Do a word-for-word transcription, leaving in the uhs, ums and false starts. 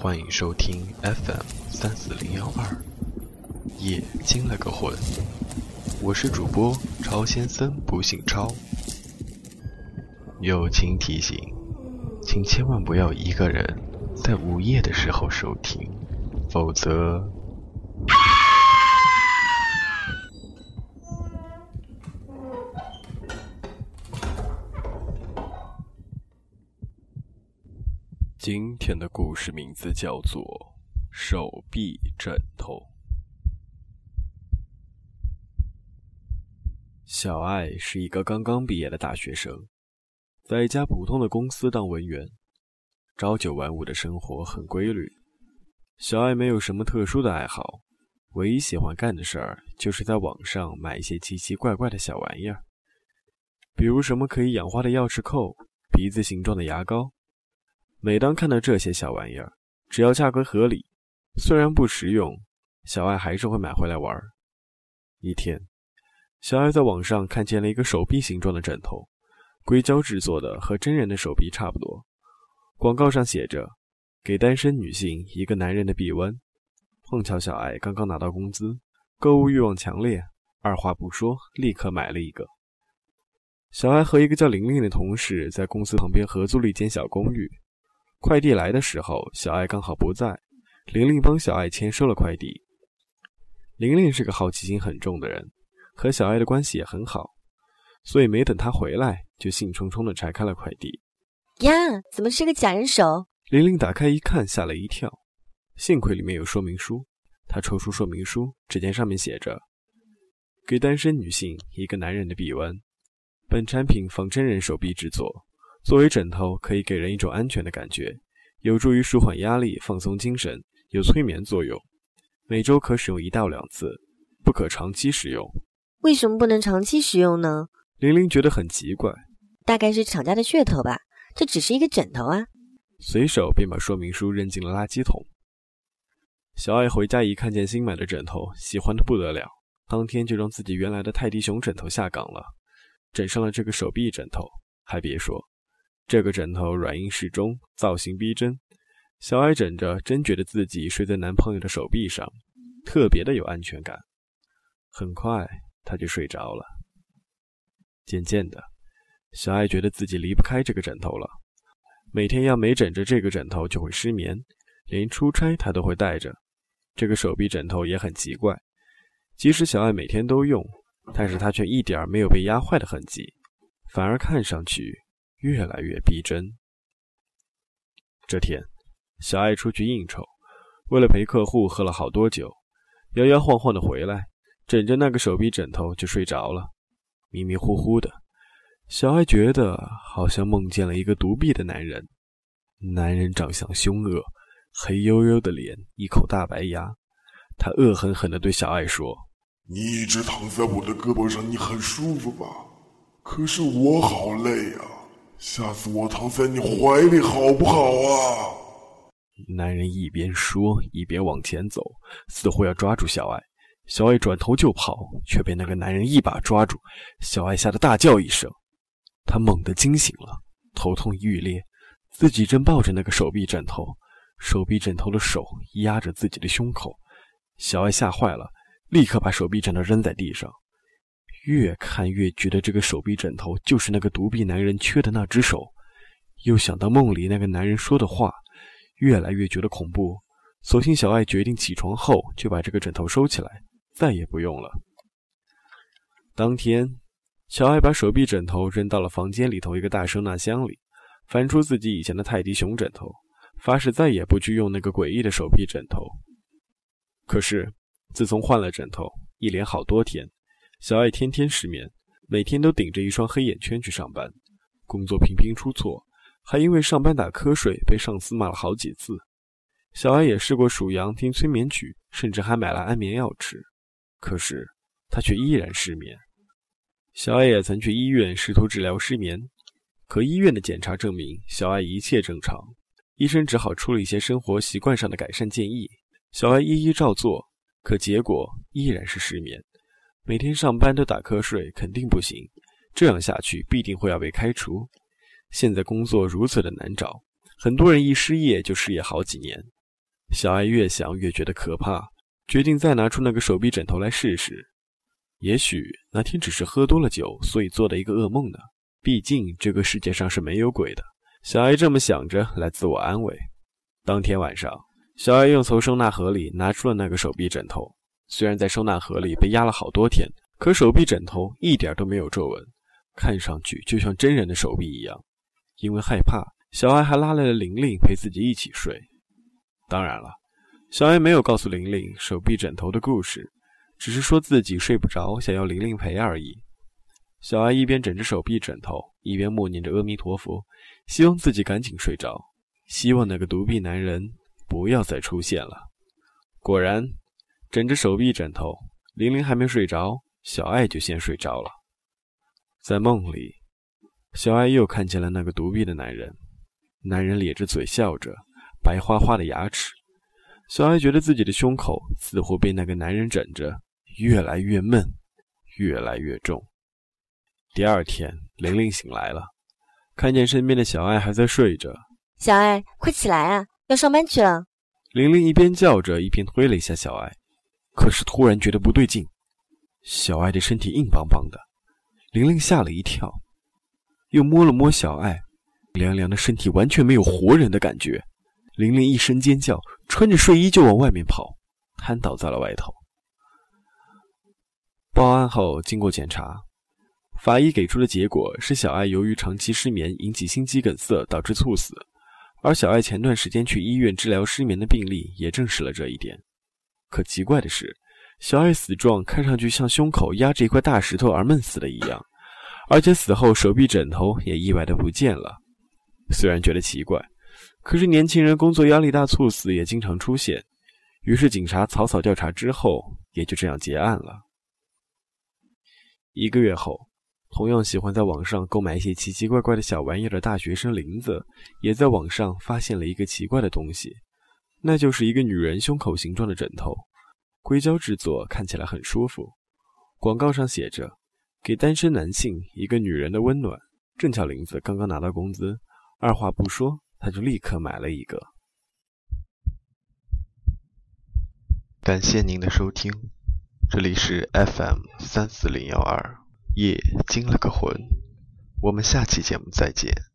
欢迎收听 F M 三四零一二，夜惊了个魂。我是主播超先生，不姓超。友情提醒，请千万不要一个人在午夜的时候收听，否则今天的故事名字叫做手臂枕头。小爱是一个刚刚毕业的大学生，在一家普通的公司当文员，朝九晚五的生活很规律。小爱没有什么特殊的爱好，唯一喜欢干的事儿就是在网上买一些奇奇怪怪的小玩意儿，比如什么可以氧化的钥匙扣、鼻子形状的牙膏。每当看到这些小玩意儿，只要价格合理，虽然不实用，小爱还是会买回来玩。一天，小爱在网上看见了一个手臂形状的枕头，硅胶制作的，和真人的手臂差不多。广告上写着给单身女性一个男人的臂弯。碰巧小爱刚刚拿到工资，购物欲望强烈，二话不说立刻买了一个。小爱和一个叫玲玲的同事在公司旁边合租了一间小公寓。快递来的时候，小爱刚好不在，玲玲帮小爱签收了快递。玲玲是个好奇心很重的人，和小爱的关系也很好，所以没等她回来，就兴冲冲地拆开了快递。 呀，怎么是个假人手？ 玲玲打开一看，吓了一跳，幸亏里面有说明书。她抽出说明书，只见上面写着给单身女性一个男人的臂弯，本产品仿真人手臂制作，作为枕头可以给人一种安全的感觉，有助于舒缓压力、放松精神，有催眠作用。每周可使用一到两次，不可长期使用。 为什么不能长期使用呢？ 玲玲觉得很奇怪， 大概是厂家的噱头吧，这只是一个枕头啊。 随手便把说明书扔进了垃圾桶。小爱回家一看见新买的枕头，喜欢得不得了，当天就让自己原来的泰迪熊枕头下岗了，枕上了这个手臂枕头。还别说，这个枕头软硬适中，造型逼真，小爱枕着真觉得自己睡在男朋友的手臂上，特别的有安全感。很快她就睡着了。渐渐的，小爱觉得自己离不开这个枕头了，每天要没枕着这个枕头就会失眠，连出差她都会带着。这个手臂枕头也很奇怪，即使小爱每天都用，但是她却一点没有被压坏的痕迹，反而看上去越来越逼真。这天，小爱出去应酬，为了陪客户喝了好多酒，摇摇晃晃的回来，枕着那个手臂枕头就睡着了。迷迷糊糊的，小爱觉得好像梦见了一个独臂的男人。男人长相凶恶，黑黝黝的脸，一口大白牙。他恶狠狠地对小爱说： 你一直躺在我的胳膊上，你很舒服吧？可是我好累啊，下次我躺在你怀里好不好啊？ 男人一边说一边往前走，似乎要抓住小爱。小爱转头就跑，却被那个男人一把抓住。小爱吓得大叫一声，她猛地惊醒了，头痛欲裂，自己正抱着那个手臂枕头，手臂枕头的手压着自己的胸口。小爱吓坏了，立刻把手臂枕头扔在地上。越看越觉得这个手臂枕头就是那个独臂男人缺的那只手，又想到梦里那个男人说的话，越来越觉得恐怖。索性小爱决定起床后就把这个枕头收起来，再也不用了。当天，小爱把手臂枕头扔到了房间里头一个大收纳箱里，翻出自己以前的泰迪熊枕头，发誓再也不去用那个诡异的手臂枕头。可是自从换了枕头，一连好多天，小爱天天失眠，每天都顶着一双黑眼圈去上班，工作频频出错，还因为上班打瞌睡被上司骂了好几次。小爱也试过数羊、听催眠曲，甚至还买了安眠药吃，可是她却依然失眠。小爱也曾去医院试图治疗失眠，可医院的检查证明小爱一切正常，医生只好出了一些生活习惯上的改善建议。小爱一一照做，可结果依然是失眠。每天上班都打瞌睡肯定不行，这样下去必定会要被开除。现在工作如此的难找，很多人一失业就失业好几年， 小艾越想越觉得可怕，决定再拿出那个手臂枕头来试试。也许那天只是喝多了酒，所以做的一个噩梦呢。毕竟这个世界上是没有鬼的。小艾这么想着来自我安慰。当天晚上，小艾又从收纳盒里拿出了那个手臂枕头。虽然在收纳盒里被压了好多天，可手臂枕头一点都没有皱纹，看上去就像真人的手臂一样。因为害怕，小艾还拉来了玲玲陪自己一起睡。当然了，小艾没有告诉玲玲手臂枕头的故事，只是说自己睡不着，想要玲玲陪而已。小艾一边枕着手臂枕头，一边默念着阿弥陀佛，希望自己赶紧睡着，希望那个独臂男人不要再出现了。果然，枕着手臂枕头，玲玲还没睡着，小艾就先睡着了。在梦里，小艾又看见了那个独臂的男人，男人咧着嘴笑着，白花花的牙齿。小艾觉得自己的胸口似乎被那个男人枕着，越来越闷，越来越重。第二天，玲玲醒来了，看见身边的小艾还在睡着。 小艾，快起来啊，要上班去了。 玲玲一边叫着，一边推了一下小艾，可是突然觉得不对劲，小艾的身体硬邦邦的，玲玲吓了一跳，又摸了摸小艾，凉凉的身体完全没有活人的感觉。玲玲一声尖叫，穿着睡衣就往外面跑，瘫倒在了外头。报案后，经过检查，法医给出的结果是小艾由于长期失眠引起心肌梗塞导致猝死，而小艾前段时间去医院治疗失眠的病例也证实了这一点。可奇怪的是，小艾死状看上去像胸口压着一块大石头而闷死的一样，而且死后手臂枕头也意外的不见了。虽然觉得奇怪，可是年轻人工作压力大猝死也经常出现，于是警察草草调查之后，也就这样结案了。一个月后，同样喜欢在网上购买一些奇奇怪怪的小玩意儿的大学生林子，也在网上发现了一个奇怪的东西，那就是一个女人胸口形状的枕头，硅胶制作，看起来很舒服。广告上写着给单身男性一个女人的温暖。正巧林子刚刚拿到工资，二话不说他就立刻买了一个。 感谢您的收听，这里是 F M 三四零一二，夜惊了个魂，我们下期节目再见。